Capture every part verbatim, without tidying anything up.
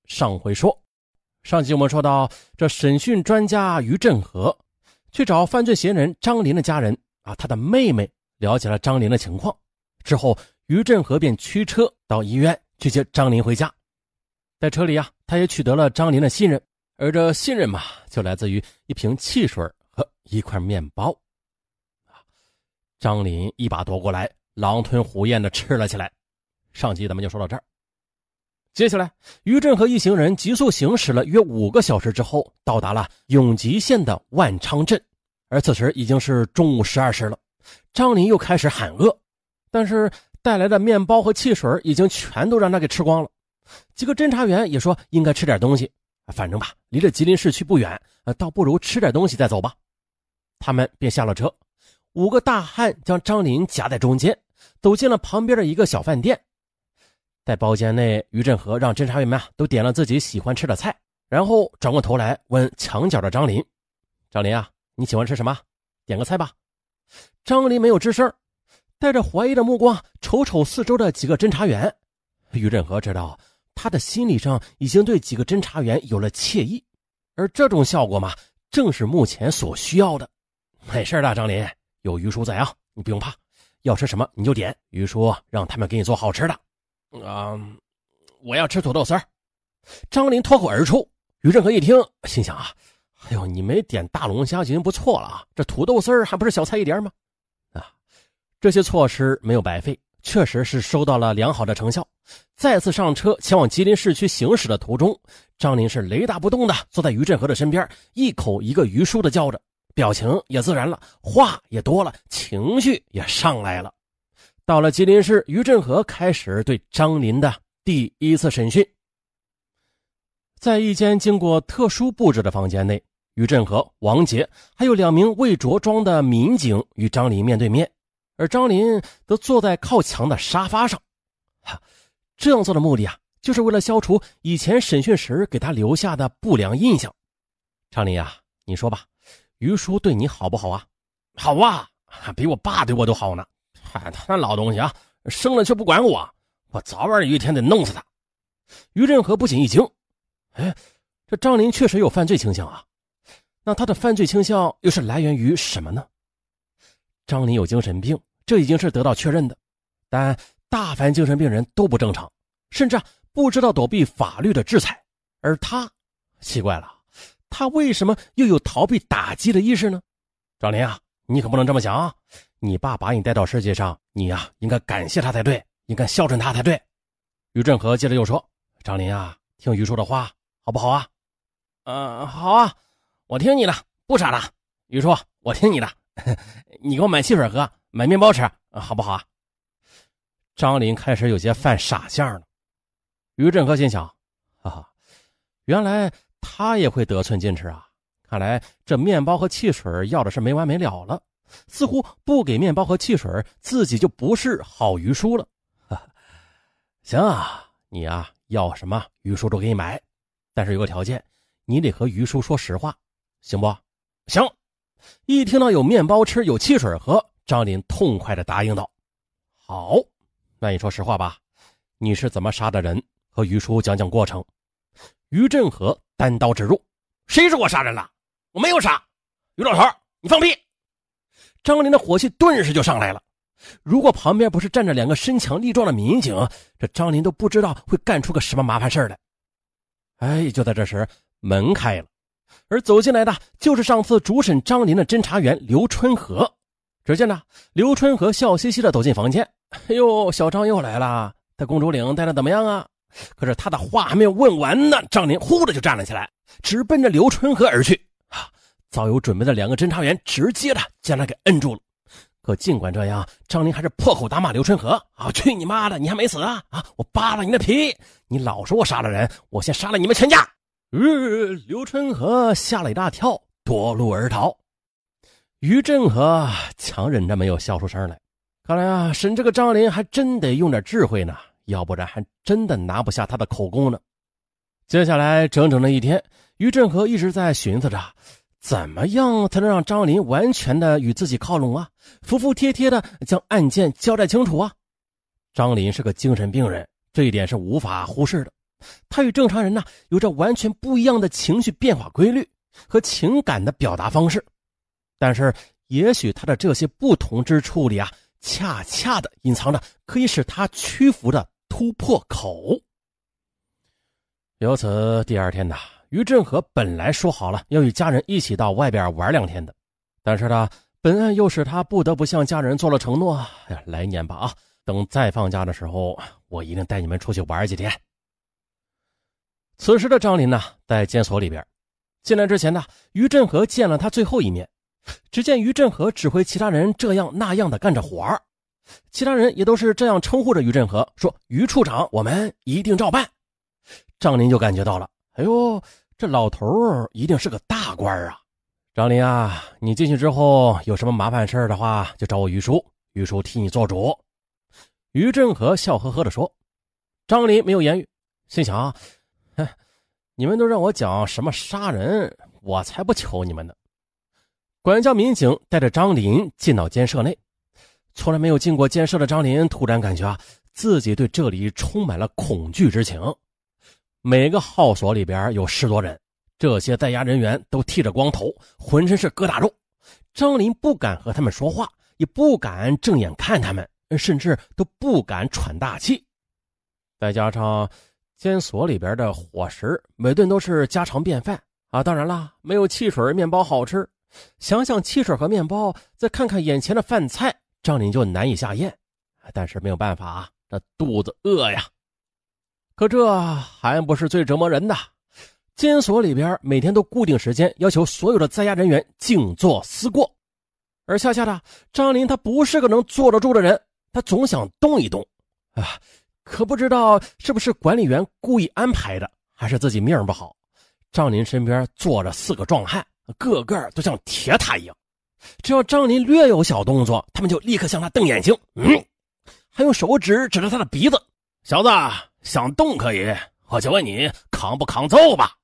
上回说，上集我们说到，这审讯专家于振和去找犯罪嫌疑人张林的家人啊，他的妹妹了解了张林的情况之后，于振和便驱车到医院去接张林回家。在车里啊，他也取得了张林的信任，而这信任嘛，就来自于一瓶汽水和一块面包。张林一把夺过来，狼吞虎咽地吃了起来。上集咱们就说到这儿。接下来，于振和一行人急速行驶了约五个小时之后，到达了永吉县的万昌镇。而此时已经是中午十二时了，张林又开始喊饿，但是带来的面包和汽水已经全都让他给吃光了。几个侦查员也说应该吃点东西，反正吧，离着吉林市区不远，倒不如吃点东西再走吧。他们便下了车，五个大汉将张林夹在中间，走进了旁边的一个小饭店。在包间内，于振和让侦查员们都点了自己喜欢吃的菜，然后转过头来问墙角的张林：“张林啊，你喜欢吃什么？点个菜吧。”张林没有吱声，带着怀疑的目光瞅瞅四周的几个侦查员。于振和知道他的心理上已经对几个侦查员有了惬意，而这种效果嘛，正是目前所需要的。没事的，张林，有于叔在啊，你不用怕，要吃什么你就点，于叔让他们给你做好吃的。啊、嗯，我要吃土豆丝儿。张林脱口而出。于振和一听，心想啊，哎呦，你没点大龙虾已经不错了啊，这土豆丝儿还不是小菜一碟吗？啊，这些措施没有白费，确实是收到了良好的成效。再次上车前往吉林市区行驶的途中，张林是雷打不动的坐在于振和的身边，一口一个于叔的叫着，表情也自然了，话也多了，情绪也上来了。到了吉林市，于振和开始对张林的第一次审讯。在一间经过特殊布置的房间内，于振和、王杰还有两名未着装的民警与张林面对面，而张林则坐在靠墙的沙发上。哈，这样做的目的啊，就是为了消除以前审讯时给他留下的不良印象。张林啊，你说吧，于叔对你好不好啊？好啊，比我爸对我都好呢。他那老东西啊，生了却不管我，我早晚有一天得弄死他。于振和不仅一惊，哎，这张林确实有犯罪倾向啊，那他的犯罪倾向又是来源于什么呢？张林有精神病，这已经是得到确认的，但大凡精神病人都不正常，甚至啊不知道躲避法律的制裁，而他奇怪了，他为什么又有逃避打击的意识呢？张林啊，你可不能这么想啊，你爸把你带到世界上，你呀、啊、应该感谢他才对，应该孝顺他才对。于振和接着又说：“张林啊，听于叔的话，好不好啊？”“呃，好啊，我听你的，不傻的。于叔，我听你的，你给我买汽水喝，买面包吃，好不好啊？”张林开始有些犯傻相了。于振和心想：“哈哈，原来他也会得寸进尺啊！看来这面包和汽水要的是没完没了了。”似乎不给面包和汽水，自己就不是好于叔了。行啊，你啊要什么于叔都给你买，但是有个条件，你得和于叔说实话，行不？行。一听到有面包吃，有汽水喝，张林痛快地答应道：“好，那你说实话吧，你是怎么杀的人？和于叔讲讲过程。”于振和单刀直入：“谁说我杀人了？我没有杀。于老头，你放屁！”张林的火气顿时就上来了，如果旁边不是站着两个身强力壮的民警，这张林都不知道会干出个什么麻烦事来。哎，就在这时，门开了，而走进来的就是上次主审张林的侦查员刘春和。只见呢，刘春和笑嘻嘻的走进房间：“哎呦，小张又来了，在公主岭待得怎么样啊？”可是他的话还没有问完呢，张林呼的就站了起来，直奔着刘春和而去。早有准备的两个侦查员直接的将他给摁住了。可尽管这样，张林还是破口大骂刘春和：“啊，去你妈的，你还没死啊！啊，我扒了你的皮！你老说我杀了人，我先杀了你们全家！”呃，刘春和吓了一大跳，夺路而逃。于振和强忍着没有笑出声来。看来啊，审这个张林还真得用点智慧呢，要不然还真的拿不下他的口供呢。接下来整整的一天，于振和一直在寻思着，怎么样才能让张林完全的与自己靠拢啊，服服帖帖的将案件交代清楚啊。张林是个精神病人，这一点是无法忽视的。 他与正常人呢有着完全不一样的情绪变化规律和情感的表达方式，但是也许他的这些不同之处里啊，恰恰的隐藏着可以使他屈服的突破口。由此第二天呢，于振和本来说好了要与家人一起到外边玩两天的，但是呢，本案又使他不得不向家人做了承诺，哎呀，来年吧啊，等再放假的时候，我一定带你们出去玩几天。此时的张林呢，在监所里边，进来之前呢，于振和见了他最后一面。只见于振和指挥其他人这样那样的干着活儿，其他人也都是这样称呼着于振和，说于处长，我们一定照办。张林就感觉到了，哎呦，这老头儿一定是个大官啊。张林啊，你进去之后有什么麻烦事的话，就找我于叔，于叔替你做主。于振和笑呵呵地说。张林没有言语，心想，你们都让我讲什么杀人，我才不求你们呢。管教民警带着张林进到监舍内，从来没有进过监舍的张林突然感觉啊，自己对这里充满了恐惧之情。每个号所里边有十多人，这些在押人员都剃着光头，浑身是疙瘩肉。张林不敢和他们说话，也不敢正眼看他们，甚至都不敢喘大气。再加上监所里边的伙食每顿都是家常便饭啊，当然啦，没有汽水面包好吃。想想汽水和面包，再看看眼前的饭菜，张林就难以下咽。但是没有办法啊，这肚子饿呀。可这还不是最折磨人的。监所里边每天都固定时间要求所有的在押人员静坐思过，而恰恰的张林他不是个能坐得住的人，他总想动一动啊。可不知道是不是管理员故意安排的，还是自己命不好。张林身边坐着四个壮汉，个个都像铁塔一样，只要张林略有小动作，他们就立刻向他瞪眼睛，嗯，还用手指指着他的鼻子，小子想动可以，我就问你扛不扛揍吧。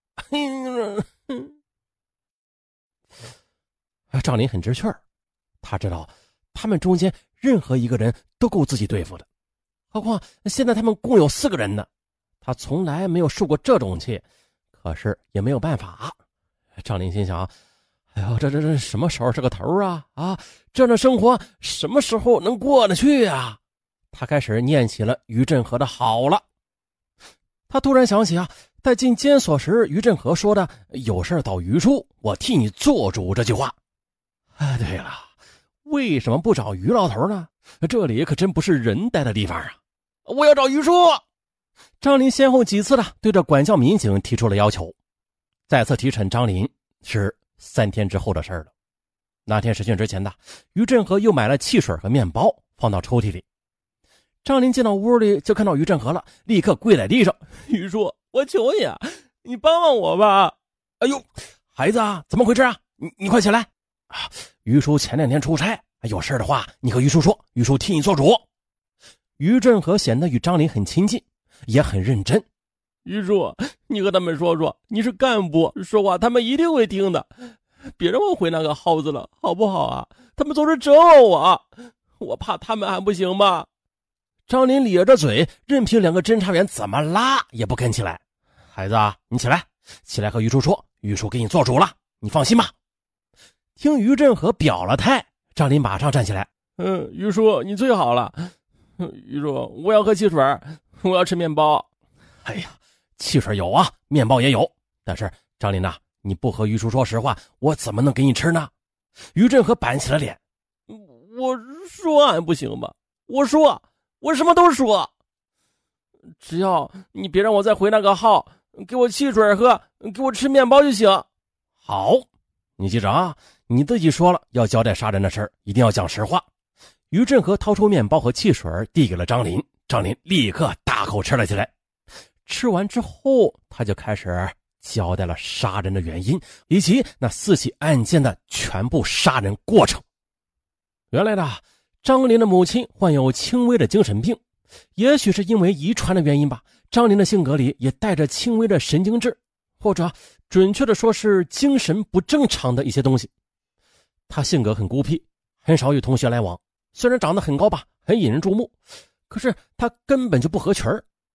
张林很知趣儿，他知道他们中间任何一个人都够自己对付的，何况现在他们共有四个人呢。他从来没有受过这种气，可是也没有办法。张林心想，哎呦，这这这什么时候是个头啊啊，这样的生活什么时候能过得去啊。他开始念起了于振和的好了。他突然想起啊，在进监所时于振和说的有事找于叔，我替你做主这句话。哎，对了，为什么不找于老头呢？这里可真不是人待的地方啊。我要找于叔。张林先后几次的对着管教民警提出了要求。再次提审张林是三天之后的事了。那天审讯之前的于振和又买了汽水和面包放到抽屉里。张林进到屋里就看到于振和了，立刻跪在地上，于叔，我求你啊，你帮帮我吧。哎呦，孩子啊，怎么回事啊？你你快起来啊！于叔前两天出差，有事的话你和于叔说，于叔替你做主。于振和显得与张林很亲近，也很认真。于叔，你和他们说说，你是干部，说话他们一定会听的，别让我回那个耗子了，好不好啊？他们总是折磨我，我怕他们还不行吗？张林咧着嘴，任凭两个侦查员怎么拉也不肯起来。孩子啊，你起来，起来和于叔说，于叔给你做主了，你放心吧。听于振和表了态，张林马上站起来。嗯，于叔你最好了。于叔，我要喝汽水，我要吃面包。哎呀，汽水有啊，面包也有，但是张林呐，你不和于叔说实话，我怎么能给你吃呢？于振和板起了脸。我说还不行吧？我说，我什么都说，只要你别让我再回那个号，给我汽水喝，给我吃面包就行。好，你记着啊，你自己说了要交代杀人的事儿，一定要讲实话。于振和掏出面包和汽水递给了张林，张林立刻大口吃了起来。吃完之后，他就开始交代了杀人的原因，以及那四起案件的全部杀人过程。原来呢，张林的母亲患有轻微的精神病，也许是因为遗传的原因吧，张林的性格里也带着轻微的神经质，或者准确的说是精神不正常的一些东西。他性格很孤僻，很少与同学来往，虽然长得很高吧，很引人注目，可是他根本就不合群儿。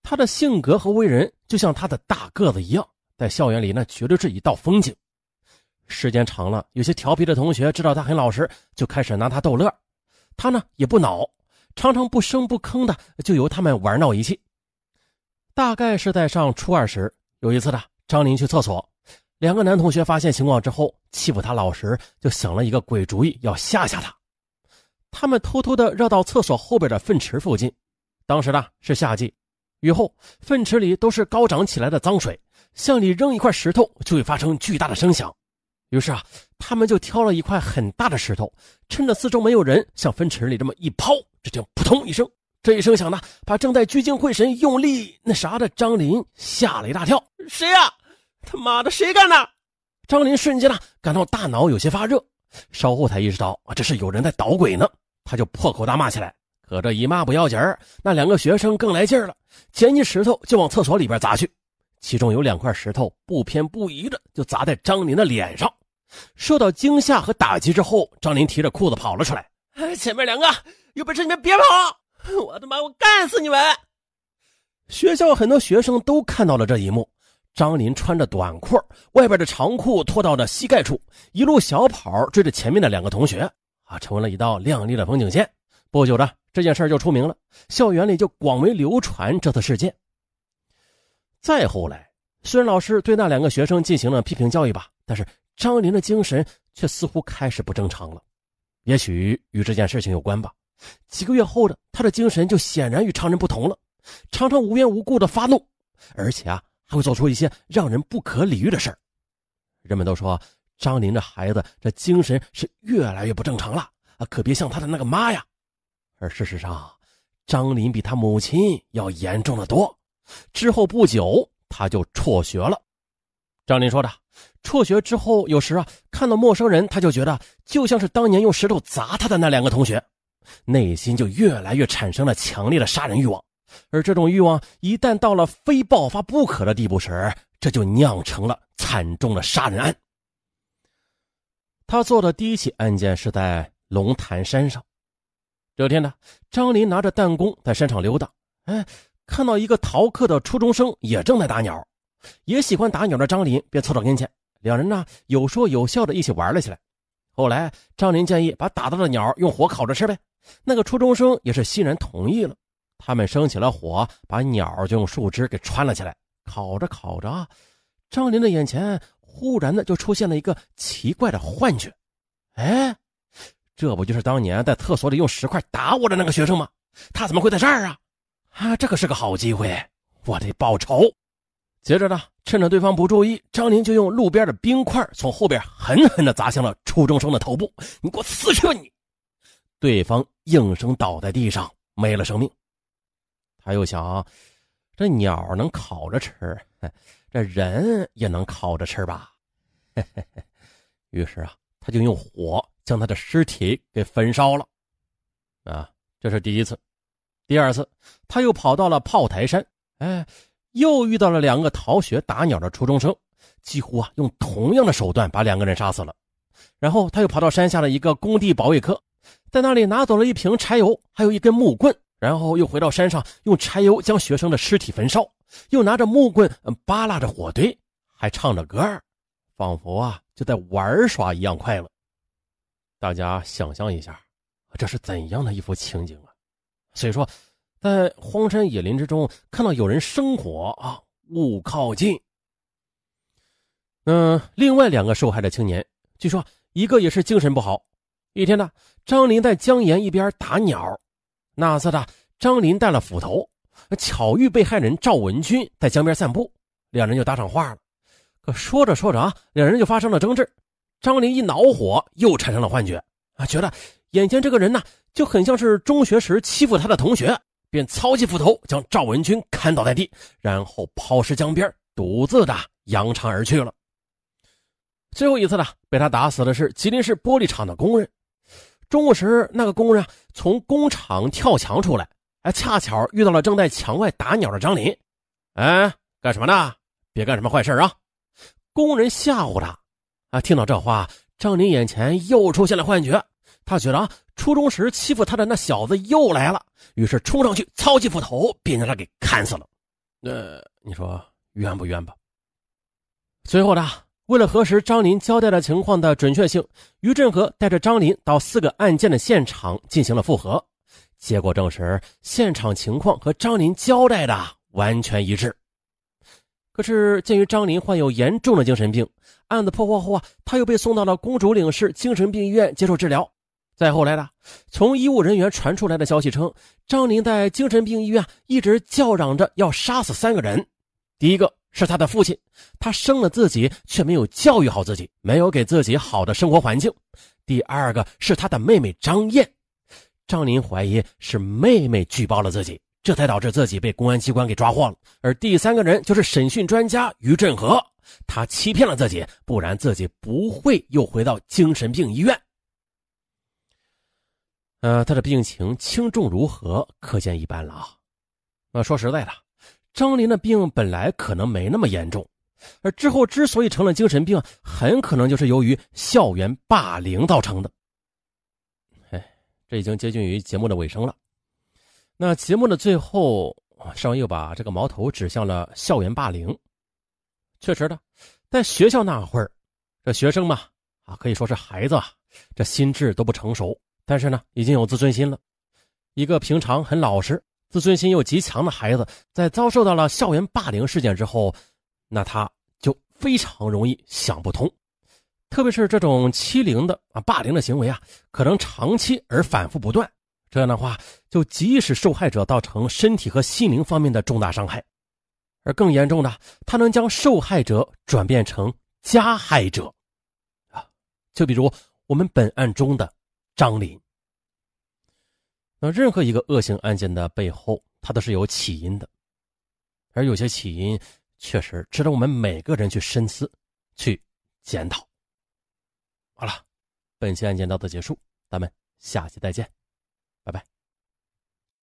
他的性格和为人就像他的大个子一样，在校园里那绝对是一道风景。时间长了，有些调皮的同学知道他很老实，就开始拿他逗乐。他呢也不恼，常常不声不吭的就由他们玩闹一气。大概是在上初二时，有一次的张林去厕所，两个男同学发现情况之后，欺负他老实，就想了一个鬼主意，要吓吓他。他们偷偷的绕到厕所后边的粪池附近，当时呢是夏季，雨后粪池里都是高涨起来的脏水，向里扔一块石头就会发生巨大的声响。于是啊，他们就挑了一块很大的石头，趁着四周没有人，向粪池里这么一抛，只听扑通一声，这一声响呢，把正在聚精会神用力那啥的张林吓了一大跳。谁呀、啊？他妈的谁干的？张林瞬间呢感到大脑有些发热，稍后才意识到啊，这是有人在捣鬼呢，他就破口大骂起来。可这一骂不要紧儿，那两个学生更来劲儿了，捡起石头就往厕所里边砸去。其中有两块石头不偏不倚的就砸在张林的脸上。受到惊吓和打击之后，张林提着裤子跑了出来。哎，前面两个有本事你们别跑，我他妈我干死你们！学校很多学生都看到了这一幕。张林穿着短裤，外边的长裤拖到了膝盖处，一路小跑追着前面的两个同学啊，成为了一道亮丽的风景线。不久的这件事就出名了，校园里就广为流传这次事件。再后来，虽然老师对那两个学生进行了批评教育吧，但是张林的精神却似乎开始不正常了。也许与这件事情有关吧，几个月后的他的精神就显然与常人不同了，常常无缘无故的发怒，而且啊还会做出一些让人不可理喻的事儿。人们都说张林这孩子这精神是越来越不正常了啊，可别像他的那个妈呀。而事实上，张林比他母亲要严重的多。之后不久，他就辍学了。张林说的，辍学之后，有时啊看到陌生人，他就觉得就像是当年用石头砸他的那两个同学，内心就越来越产生了强烈的杀人欲望。而这种欲望一旦到了非爆发不可的地步时，这就酿成了惨重的杀人案。他做的第一起案件是在龙潭山上。这天呢，张林拿着弹弓在山上溜达，哎，看到一个逃课的初中生也正在打鸟，也喜欢打鸟的张林便凑到跟前，两人呢有说有笑的一起玩了起来。后来张林建议把打到的鸟用火烤着吃呗，那个初中生也是欣然同意了。他们生起了火，把鸟就用树枝给穿了起来，烤着烤着啊，张林的眼前忽然的就出现了一个奇怪的幻觉。哎，这不就是当年在厕所里用石块打我的那个学生吗？他怎么会在这儿啊？啊，这可是个好机会，我得报仇。接着呢，趁着对方不注意，张林就用路边的冰块从后边狠狠地砸向了初中生的头部。你给我死去吧你！对方应声倒在地上，没了生命。他又想，这鸟能烤着吃，这人也能烤着吃吧？于是啊，他就用火将他的尸体给焚烧了。啊，这是第一次。第二次，他又跑到了炮台山，哎，又遇到了两个逃学打鸟的初中生，几乎啊用同样的手段把两个人杀死了。然后他又跑到山下的一个工地保卫科，在那里拿走了一瓶柴油，还有一根木棍，然后又回到山上用柴油将学生的尸体焚烧，又拿着木棍扒拉着火堆，还唱着歌，仿佛啊就在玩耍一样快乐。大家想象一下，这是怎样的一幅情景啊！所以说，在荒山野林之中看到有人生火啊，勿靠近。嗯，另外两个受害的青年，据说一个也是精神不好。一天呢，张林在江沿一边打鸟，那次的张林带了斧头，巧遇被害人赵文军在江边散步，两人就搭上话了。可说着说着啊，两人就发生了争执。张林一恼火，又产生了幻觉啊，觉得眼前这个人呢，就很像是中学时欺负他的同学，便操起斧头将赵文军砍倒在地，然后抛尸江边，独自的扬长而去了。最后一次呢，被他打死的是吉林市玻璃厂的工人。中午时，那个工人从工厂跳墙出来，还恰巧遇到了正在墙外打鸟的张林。哎，干什么呢？别干什么坏事啊！工人吓唬他。啊，听到这话，张林眼前又出现了幻觉，他觉得啊，初中时欺负他的那小子又来了，于是冲上去操起斧头，便将他给砍死了。 呃，你说冤不冤吧？随后呢，为了核实张林交代的情况的准确性，于振和带着张林到四个案件的现场进行了复核，结果证实现场情况和张林交代的完全一致。可是鉴于张林患有严重的精神病，案子破获后啊，他又被送到了公主岭市精神病医院接受治疗。再后来的，从医务人员传出来的消息称，张林在精神病医院一直叫嚷着要杀死三个人。第一个是他的父亲，他生了自己却没有教育好自己，没有给自己好的生活环境。第二个是他的妹妹张燕，张林怀疑是妹妹举报了自己，这才导致自己被公安机关给抓获了。而第三个人就是审讯专家于振和，他欺骗了自己，不然自己不会又回到精神病医院。呃，他的病情轻重如何，可见一斑了啊。那说实在的，张林的病本来可能没那么严重，而之后之所以成了精神病，很可能就是由于校园霸凌造成的。哎，这已经接近于节目的尾声了。那节目的最后，上又把这个矛头指向了校园霸凌。确实的，在学校那会儿，这学生嘛，啊，可以说是孩子啊，这心智都不成熟，但是呢，已经有自尊心了。一个平常很老实、自尊心又极强的孩子，在遭受到了校园霸凌事件之后，那他就非常容易想不通。特别是这种欺凌的啊、霸凌的行为啊，可能长期而反复不断。这样的话，就极易使受害者造成身体和心灵方面的重大伤害，而更严重的，它能将受害者转变成加害者啊！就比如我们本案中的张林。那任何一个恶性案件的背后，它都是有起因的，而有些起因确实值得我们每个人去深思、去检讨。好了，本期案件到此结束，咱们下期再见。拜拜。